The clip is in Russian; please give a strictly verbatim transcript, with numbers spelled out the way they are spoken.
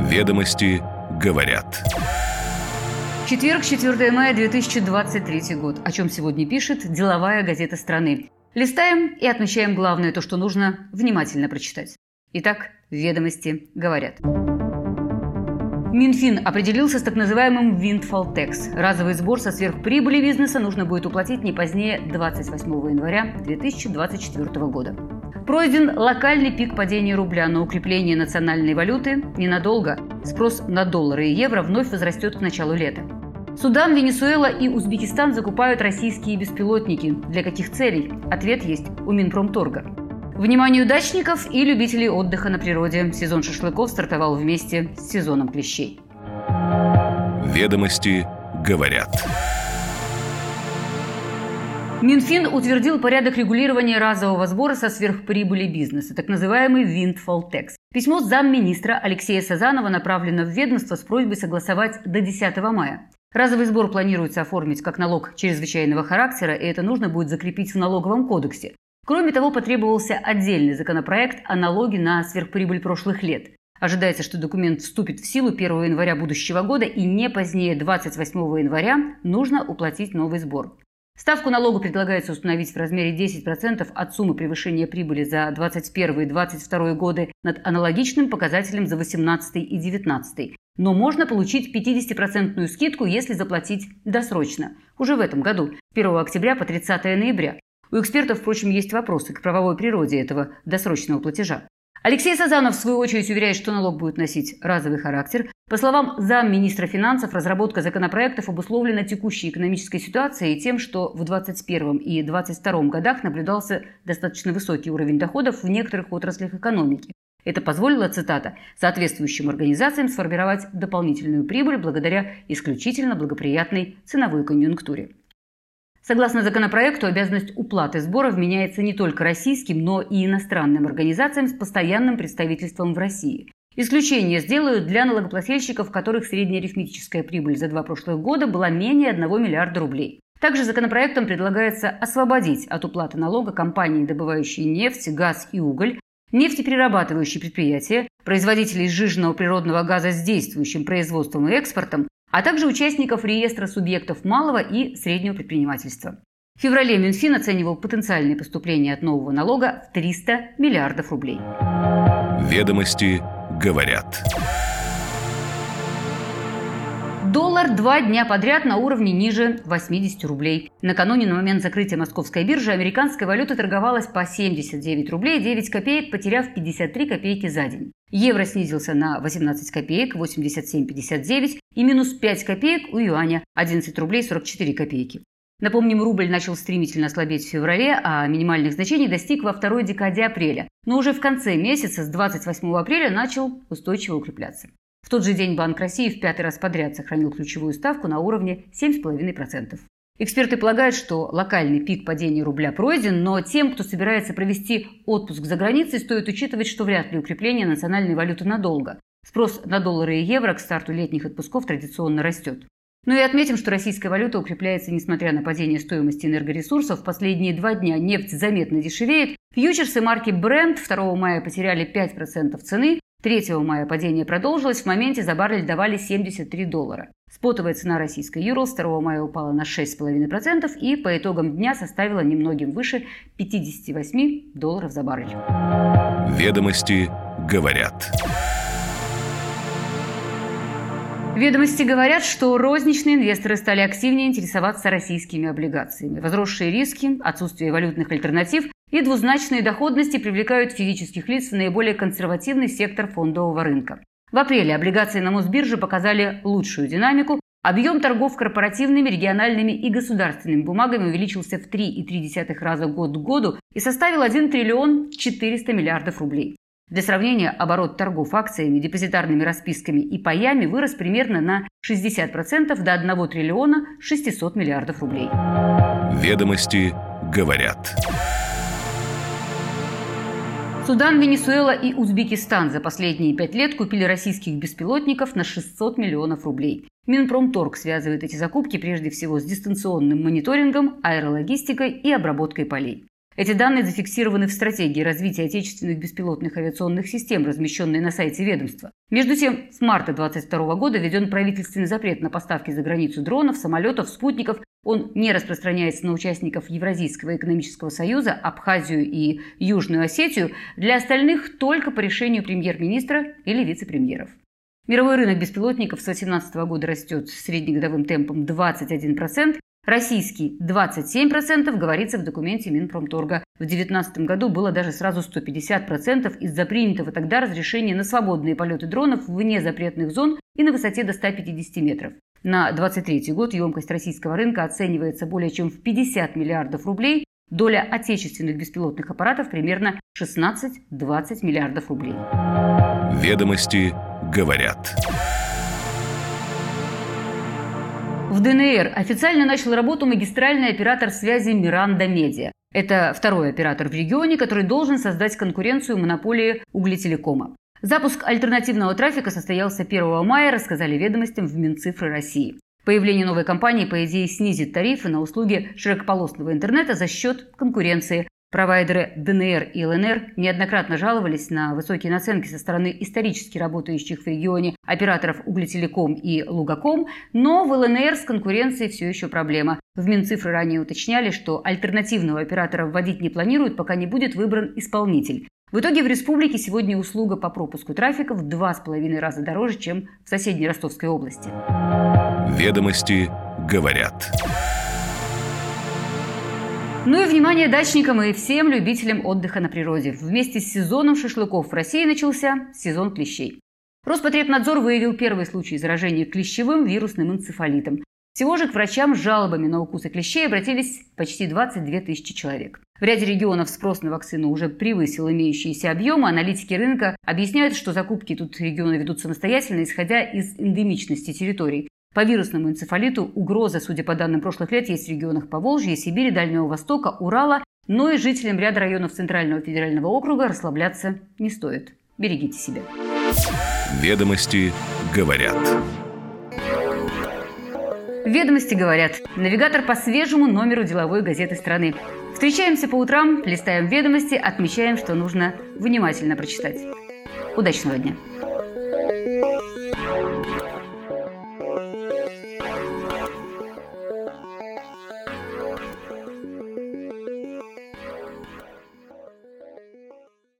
Ведомости говорят. Четверг, четвёртого мая две тысячи двадцать третий год. О чем сегодня пишет деловая газета страны. Листаем и отмечаем главное, то, что нужно внимательно прочитать. Итак, ведомости говорят. Минфин определился с так называемым Windfall Tax. Разовый сбор со сверхприбыли бизнеса нужно будет уплатить не позднее двадцать восьмого января две тысячи двадцать четвёртого года. Пройден локальный пик падения рубля, но укрепление национальной валюты ненадолго. Спрос на доллары и евро вновь возрастет к началу лета. Судан, Венесуэла и Узбекистан закупают российские беспилотники. Для каких целей? Ответ есть у Минпромторга. Вниманию дачников и любителей отдыха на природе. Сезон шашлыков стартовал вместе с сезоном клещей. Ведомости говорят. Минфин утвердил порядок регулирования разового сбора со сверхприбыли бизнеса, так называемый Windfall Tax. Письмо замминистра Алексея Сазанова направлено в ведомство с просьбой согласовать до десятого мая. Разовый сбор планируется оформить как налог чрезвычайного характера, и это нужно будет закрепить в налоговом кодексе. Кроме того, потребовался отдельный законопроект о налоге на сверхприбыль прошлых лет. Ожидается, что документ вступит в силу первого января будущего года, и не позднее двадцать восьмого января нужно уплатить новый сбор. Ставку налога предлагается установить в размере десять процентов от суммы превышения прибыли за двадцать первый и двадцать второй годы над аналогичным показателем за восемнадцатый и девятнадцатый. Но можно получить пятидесятипроцентную скидку, если заплатить досрочно. Уже в этом году, с первого октября по тридцатого ноября. У экспертов, впрочем, есть вопросы к правовой природе этого досрочного платежа. Алексей Сазанов, в свою очередь, уверяет, что налог будет носить разовый характер. По словам замминистра финансов, разработка законопроектов обусловлена текущей экономической ситуацией и тем, что в двадцать первом и двадцать втором годах наблюдался достаточно высокий уровень доходов в некоторых отраслях экономики. Это позволило, цитата, соответствующим организациям сформировать дополнительную прибыль благодаря исключительно благоприятной ценовой конъюнктуре. Согласно законопроекту, обязанность уплаты сборов меняется не только российским, но и иностранным организациям с постоянным представительством в России. Исключение сделают для налогоплательщиков, у которых средняя арифметическая прибыль за два прошлых года была менее одного миллиарда рублей. Также законопроектом предлагается освободить от уплаты налога компании, добывающие нефть, газ и уголь, нефтеперерабатывающие предприятия, производителей сжиженного природного газа с действующим производством и экспортом, а также участников реестра субъектов малого и среднего предпринимательства. В феврале Минфин оценивал потенциальные поступления от нового налога в триста миллиардов рублей. Ведомости говорят. Доллар два дня подряд на уровне ниже восьмидесяти рублей. Накануне, на момент закрытия московской биржи, американская валюта торговалась по семьдесят девять рублей девять копеек, потеряв пятьдесят три копейки за день. Евро снизился на восемнадцать копеек, восемьдесят семь пятьдесят девять, и минус пять копеек у юаня, одиннадцать рублей сорок четыре копейки. Напомним, рубль начал стремительно слабеть в феврале, а минимальных значений достиг во второй декаде апреля. Но уже в конце месяца, с двадцать восьмого апреля, начал устойчиво укрепляться. В тот же день Банк России в пятый раз подряд сохранил ключевую ставку на уровне семь целых пять десятых процента. Эксперты полагают, что локальный пик падения рубля пройден, но тем, кто собирается провести отпуск за границей, стоит учитывать, что вряд ли укрепление национальной валюты надолго. Спрос на доллары и евро к старту летних отпусков традиционно растет. Ну и отметим, что российская валюта укрепляется несмотря на падение стоимости энергоресурсов. В последние два дня нефть заметно дешевеет. Фьючерсы марки Brent второго мая потеряли пять процентов цены. третьего мая падение продолжилось, в моменте за баррель давали семьдесят три доллара. Спотовая цена российской Юрлс второго мая упала на шесть целых пять десятых процента и по итогам дня составила немногим выше пятидесяти восьми долларов за баррель. Ведомости говорят. Ведомости говорят, что розничные инвесторы стали активнее интересоваться российскими облигациями. Возросшие риски, отсутствие валютных альтернатив и двузначные доходности привлекают физических лиц в наиболее консервативный сектор фондового рынка. В апреле облигации на Мосбирже показали лучшую динамику. Объем торгов корпоративными, региональными и государственными бумагами увеличился в три целых три десятых раза год к году и составил один триллион четыреста миллиардов рублей. Для сравнения, оборот торгов акциями, депозитарными расписками и паями вырос примерно на шестьдесят процентов до одного триллиона шестисот миллиардов рублей. Ведомости говорят. Судан, Венесуэла и Узбекистан за последние пять лет купили российских беспилотников на шестьсот миллионов рублей. Минпромторг связывает эти закупки прежде всего с дистанционным мониторингом, аэрологистикой и обработкой полей. Эти данные зафиксированы в стратегии развития отечественных беспилотных авиационных систем, размещенной на сайте ведомства. Между тем, с марта две тысячи двадцать второго года введен правительственный запрет на поставки за границу дронов, самолетов, спутников. Он не распространяется на участников Евразийского экономического союза, Абхазию и Южную Осетию. Для остальных только по решению премьер-министра или вице-премьеров. Мировой рынок беспилотников с две тысячи восемнадцатого года растет среднегодовым темпом двадцать один процент. Российский – двадцать семь процентов, говорится в документе Минпромторга. В две тысячи девятнадцатом году было даже сразу сто пятьдесят процентов из-за принятого тогда разрешения на свободные полеты дронов вне запретных зон и на высоте до ста пятидесяти метров. На две тысячи двадцать третий год емкость российского рынка оценивается более чем в пятьдесят миллиардов рублей, доля отечественных беспилотных аппаратов примерно шестнадцать-двадцать миллиардов рублей. Ведомости говорят. В ДНР официально начал работу магистральный оператор связи Миранда Медиа. Это второй оператор в регионе, который должен создать конкуренцию монополии Углетелекома. Запуск альтернативного трафика состоялся первого мая, рассказали ведомостям в Минцифры России. Появление новой компании, по идее, снизит тарифы на услуги широкополосного интернета за счет конкуренции. Провайдеры ДНР и ЛНР неоднократно жаловались на высокие наценки со стороны исторически работающих в регионе операторов Углетелеком и Лугаком, но в ЛНР с конкуренцией все еще проблема. В Минцифры ранее уточняли, что альтернативного оператора вводить не планируют, пока не будет выбран исполнитель. В итоге в республике сегодня услуга по пропуску трафика в два с половиной раза дороже, чем в соседней Ростовской области. Ведомости говорят. Ну и внимание дачникам и всем любителям отдыха на природе. Вместе с сезоном шашлыков в России начался сезон клещей. Роспотребнадзор выявил первый случай заражения клещевым вирусным энцефалитом. Всего же к врачам с жалобами на укусы клещей обратились почти двадцать две тысячи человек. В ряде регионов спрос на вакцину уже превысил имеющиеся объемы. Аналитики рынка объясняют, что закупки тут регионы ведут самостоятельно, исходя из эндемичности территорий. По вирусному энцефалиту угроза, судя по данным прошлых лет, есть в регионах Поволжья, Сибири, Дальнего Востока, Урала, но и жителям ряда районов Центрального федерального округа расслабляться не стоит. Берегите себя. Ведомости говорят. Ведомости говорят. Навигатор по свежему номеру деловой газеты страны. Встречаемся по утрам, листаем ведомости, отмечаем, что нужно внимательно прочитать. Удачного дня!